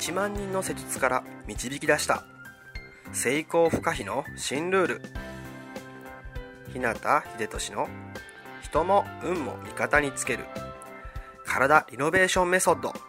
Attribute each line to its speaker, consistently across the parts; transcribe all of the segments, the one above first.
Speaker 1: 1万人の施術から導き出した成功不可避の新ルール。日向秀俊の人も運も味方につける体リノベーションメソッド。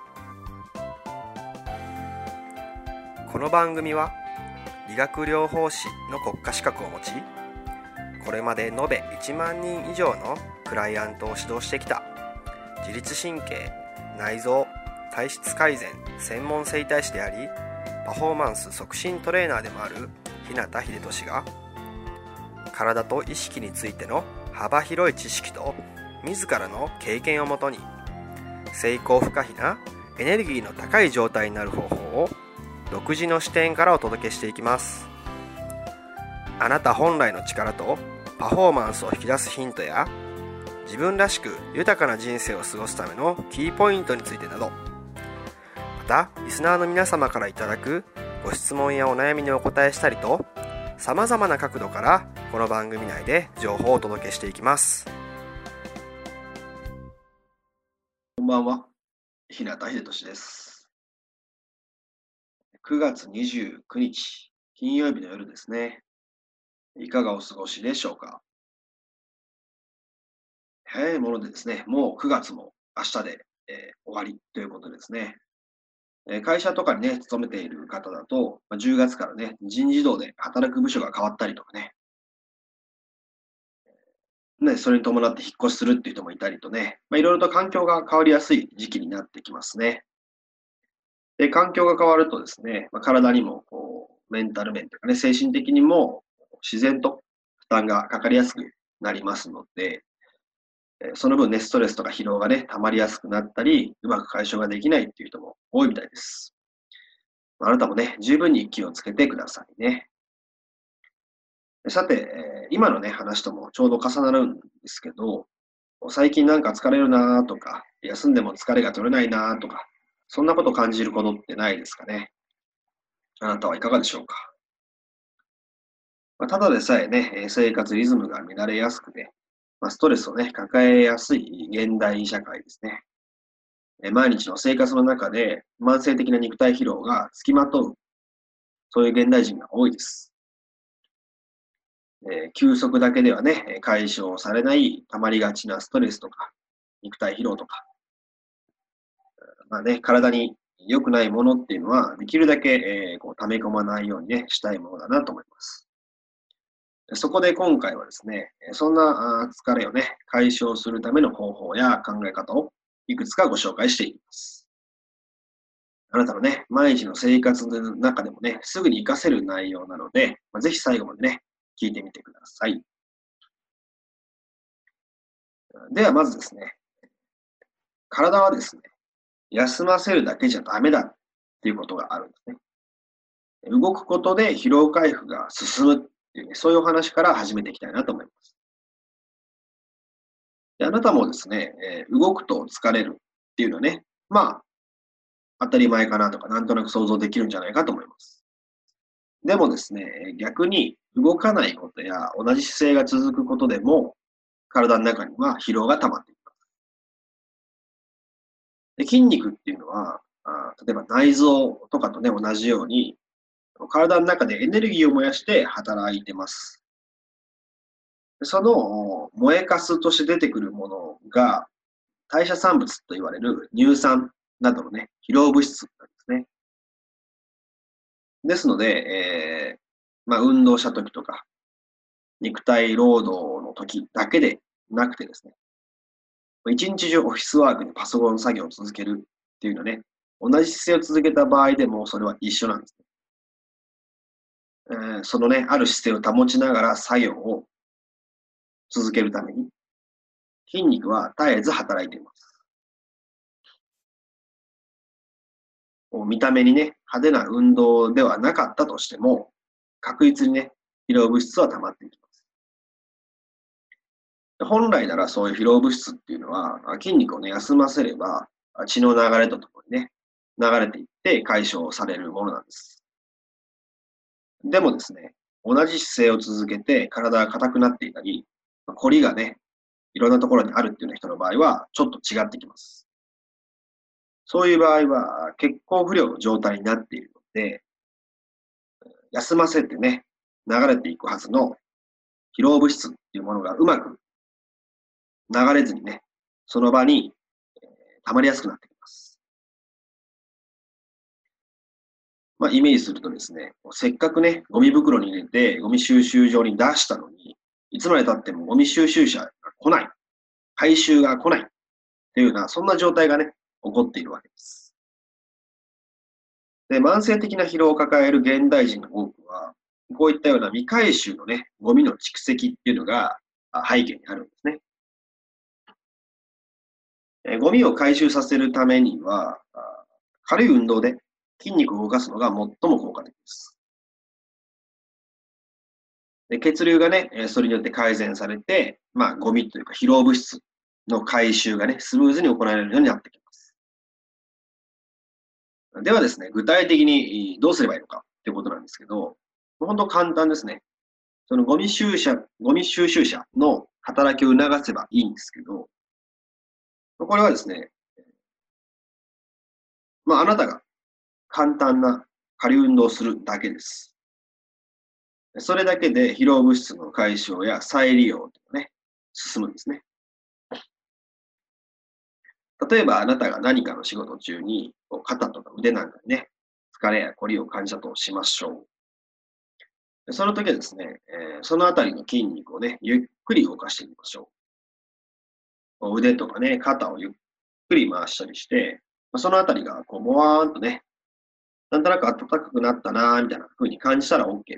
Speaker 1: この番組は理学療法士の国家資格を持ち、これまで延べ1万人以上のクライアントを指導してきた自律神経、内臓、体質改善専門整体師であり、パフォーマンス促進トレーナーでもある日向秀俊が、体と意識についての幅広い知識と自らの経験をもとに、成功不可避なエネルギーの高い状態になる方法を独自の視点からお届けしていきます。あなた本来の力とパフォーマンスを引き出すヒントや、自分らしく豊かな人生を過ごすためのキーポイントについてなど、またリスナーの皆様からいただくご質問やお悩みにお答えしたりと、さまざまな角度からこの番組内で情報をお届けしていきます。
Speaker 2: こんばんは、日向秀俊です。9月29日、金曜日の夜ですね。いかがお過ごしでしょうか。早いものでですね、もう9月も明日で、終わりということですね。会社とかにね、勤めている方だと、10月からね、人事異動で働く部署が変わったりとかね、それに伴って引っ越しするっていう人もいたりとね、いろいろと環境が変わりやすい時期になってきますね。で、環境が変わるとですね、体にもメンタル面というかね、精神的にも自然と負担がかかりやすくなりますので、その分ね、ストレスとか疲労がね、溜まりやすくなったり、うまく解消ができないっていう人も多いみたいです。あなたもね、十分に気をつけてくださいね。さて、今のね、話ともちょうど重なるんですけど、最近なんか疲れるなとか、休んでも疲れが取れないなとか、そんなことを感じることってないですかね。あなたはいかがでしょうか。ただでさえね、生活リズムが乱れやすくて、ストレスをね、抱えやすい現代社会ですね。毎日の生活の中で慢性的な肉体疲労がつきまとう、そういう現代人が多いです。休息だけではね、解消されない溜まりがちなストレスとか、肉体疲労とか、体に良くないものっていうのは、できるだけ、溜め込まないようにね、したいものだなと思います。そこで今回はですね、そんな疲れをね、解消するための方法や考え方をいくつかご紹介していきます。あなたのね、毎日の生活の中でもね、すぐに活かせる内容なので、ぜひ最後までね、聞いてみてください。ではまずですね、体はですね、休ませるだけじゃダメだっていうことがあるんですね。動くことで疲労回復が進むっていうね、そういうお話から始めていきたいなと思います。で、あなたもですね、動くと疲れるっていうのはね、当たり前かなとか、なんとなく想像できるんじゃないかと思います。でもですね、逆に動かないことや同じ姿勢が続くことでも、体の中には疲労が溜まっていきます。で、筋肉っていうのは、例えば内臓とかとね、同じように、体の中でエネルギーを燃やして働いてます。その燃えかすとして出てくるものが、代謝産物と言われる乳酸などのね、疲労物質なんですね。ですので、運動した時とか、肉体労働の時だけでなくてですね、一日中オフィスワークでパソコン作業を続けるっていうのね、同じ姿勢を続けた場合でもそれは一緒なんですね。そのね、ある姿勢を保ちながら作業を続けるために、筋肉は絶えず働いています。見た目にね、派手な運動ではなかったとしても、確実にね、疲労物質は溜まっていきます。本来ならそういう疲労物質っていうのは、筋肉をね、休ませれば、血の流れとともにね、流れていって解消されるものなんです。でもですね、同じ姿勢を続けて体が硬くなっていたり、凝りがね、いろんなところにあるっていうような人の場合は、ちょっと違ってきます。 そういう場合は血行不良の状態になっているので、休ませてね、流れていくはずの疲労物質っていうものがうまく流れずにね、その場に溜まりやすくなってきます。イメージするとですね、せっかくね、ゴミ袋に入れて、ゴミ収集場に出したのに、いつまで経ってもゴミ収集車が来ない、回収が来ないっていうような、そんな状態がね、起こっているわけです。で、慢性的な疲労を抱える現代人の多くは、こういったような未回収のね、ゴミの蓄積っていうのが背景にあるんですね。ゴミを回収させるためには、軽い運動で筋肉を動かすのが最も効果的です。で血流がね、それによって改善されて、ゴミというか疲労物質の回収がね、スムーズに行われるようになってきます。ではですね、具体的にどうすればいいのかということなんですけど、本当簡単ですね。そのゴミ収集車の働きを促せばいいんですけど、これはですね、あなたが簡単な軽い運動をするだけです。それだけで疲労物質の解消や再利用とかね、進むんですね。例えばあなたが何かの仕事中に肩とか腕なんかにね、疲れや凝りを感じたとしましょう。その時はですね、そのあたりの筋肉をね、ゆっくり動かしてみましょう。腕とかね、肩をゆっくり回したりして、そのあたりがもわーんとね、なんとなく暖かくなったなーみたいな風に感じたら OK です。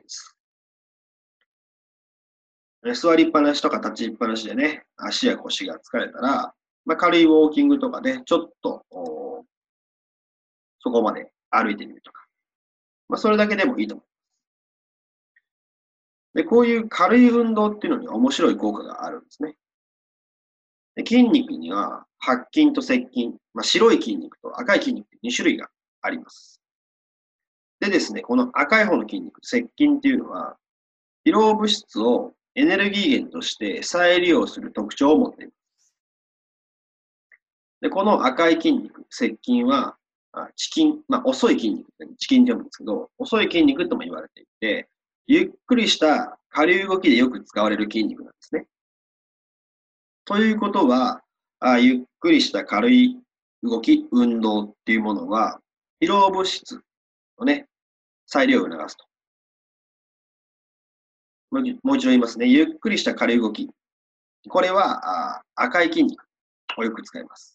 Speaker 2: 座りっぱなしとか立ちっぱなしでね、足や腰が疲れたら、軽いウォーキングとかで、ちょっとそこまで歩いてみるとか、それだけでもいいと思う。で、こういう軽い運動っていうのには面白い効果があるんですね。で筋肉には白筋と赤筋、白い筋肉と赤い筋肉2種類があります。でですね、この赤い方の筋肉、赤筋っていうのは、疲労物質をエネルギー源として再利用する特徴を持っています。で、この赤い筋肉、赤筋は、遅筋、遅い筋肉って遅筋って読むんですけど、遅い筋肉とも言われていて、ゆっくりした軽い動きでよく使われる筋肉なんですね。ということは、ゆっくりした軽い動き、運動っていうものは、疲労物質のね、再利用を促すと。もう一度言いますね。ゆっくりした軽い動き。これは赤い筋肉をよく使います。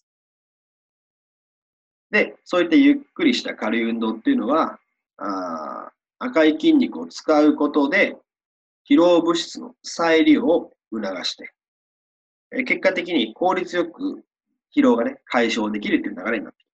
Speaker 2: で、そういったゆっくりした軽い運動っていうのは、赤い筋肉を使うことで、疲労物質の再利用を促して、結果的に効率よく疲労がね、解消できるという流れになってい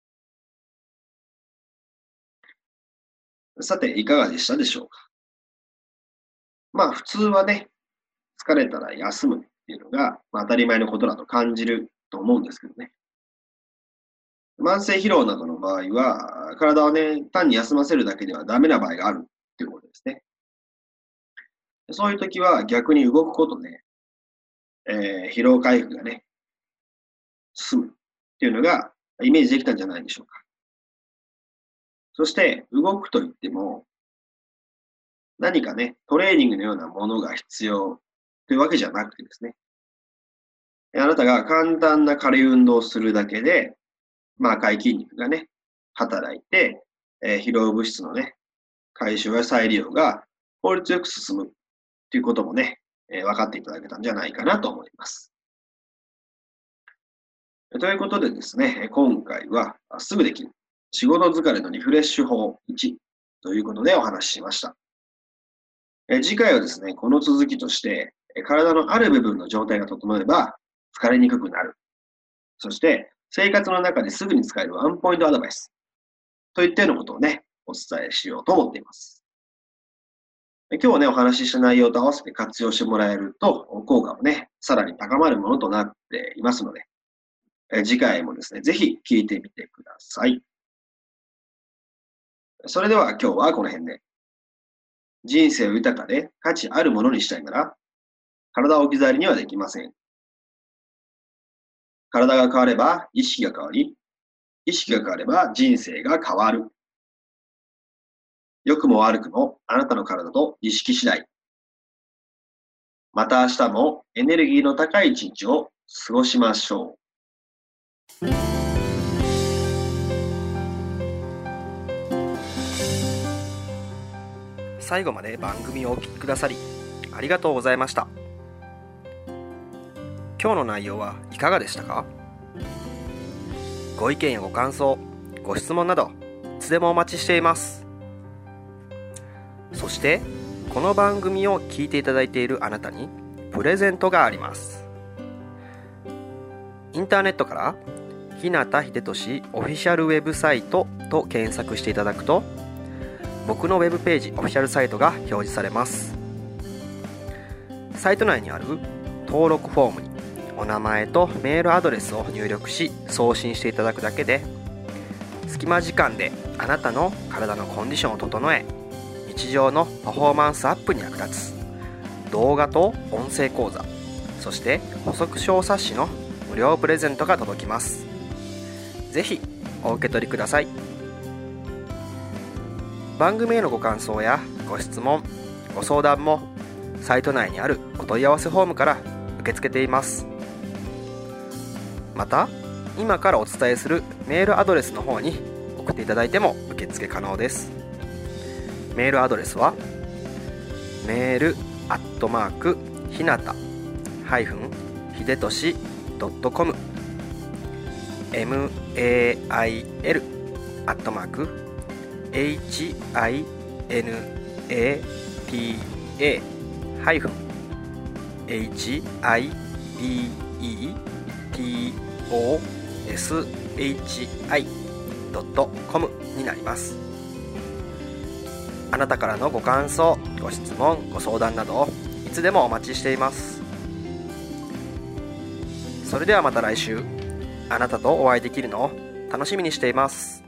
Speaker 2: ます。さて、いかがでしたでしょうか。普通はね、疲れたら休むっていうのが、当たり前のことだと感じると思うんですけどね。慢性疲労などの場合は、体をね、単に休ませるだけではダメな場合があるっていうことですね。そういう時は逆に動くことで、疲労回復がね、進むっていうのがイメージできたんじゃないでしょうか。そして動くといっても、何かね、トレーニングのようなものが必要というわけじゃなくてですね、あなたが簡単な軽い運動をするだけで、赤い筋肉がね、働いて、疲労物質のね、回収や再利用が効率よく進むということもね、分かっていただけたんじゃないかなと思います。ということでですね、今回はすぐできる仕事疲れのリフレッシュ法1ということでお話ししました。次回はですね、この続きとして、体のある部分の状態が整えば疲れにくくなる。そして、生活の中ですぐに使えるワンポイントアドバイスといったようなことをね、お伝えしようと思っています。今日はね、お話しした内容と合わせて活用してもらえると、効果もね、さらに高まるものとなっていますので、次回もですね、ぜひ聞いてみてください。それでは今日はこの辺で。人生を豊かで価値あるものにしたいなら、体を置き去りにはできません。体が変われば意識が変わり、 意識が変われば人生が変わる。良くも悪くもあなたの体と意識次第。また明日もエネルギーの高い一日を過ごしましょう。
Speaker 1: 最後まで番組をお聞きくださりありがとうございました。今日の内容はいかがでしたか？ご意見やご感想、ご質問などいつでもお待ちしています。そしてこの番組を聞いていただいているあなたにプレゼントがあります。インターネットから日向秀俊オフィシャルウェブサイトと検索していただくと、僕のウェブページオフィシャルサイトが表示されます。サイト内にある登録フォームにお名前とメールアドレスを入力し送信していただくだけで、隙間時間であなたの体のコンディションを整え、日常のパフォーマンスアップに役立つ動画と音声講座、そして補足小冊子の無料プレゼントが届きます。ぜひお受け取りください。番組へのご感想やご質問、ご相談もサイト内にあるお問い合わせフォームから受け付けています。また今からお伝えするメールアドレスの方に送っていただいても受付可能です。メールアドレスはメールひなたひでとし.com mail hinata-hibetoshi.com になります。あなたからのご感想、ご質問、ご相談などいつでもお待ちしています。それではまた来週、あなたとお会いできるのを楽しみにしています。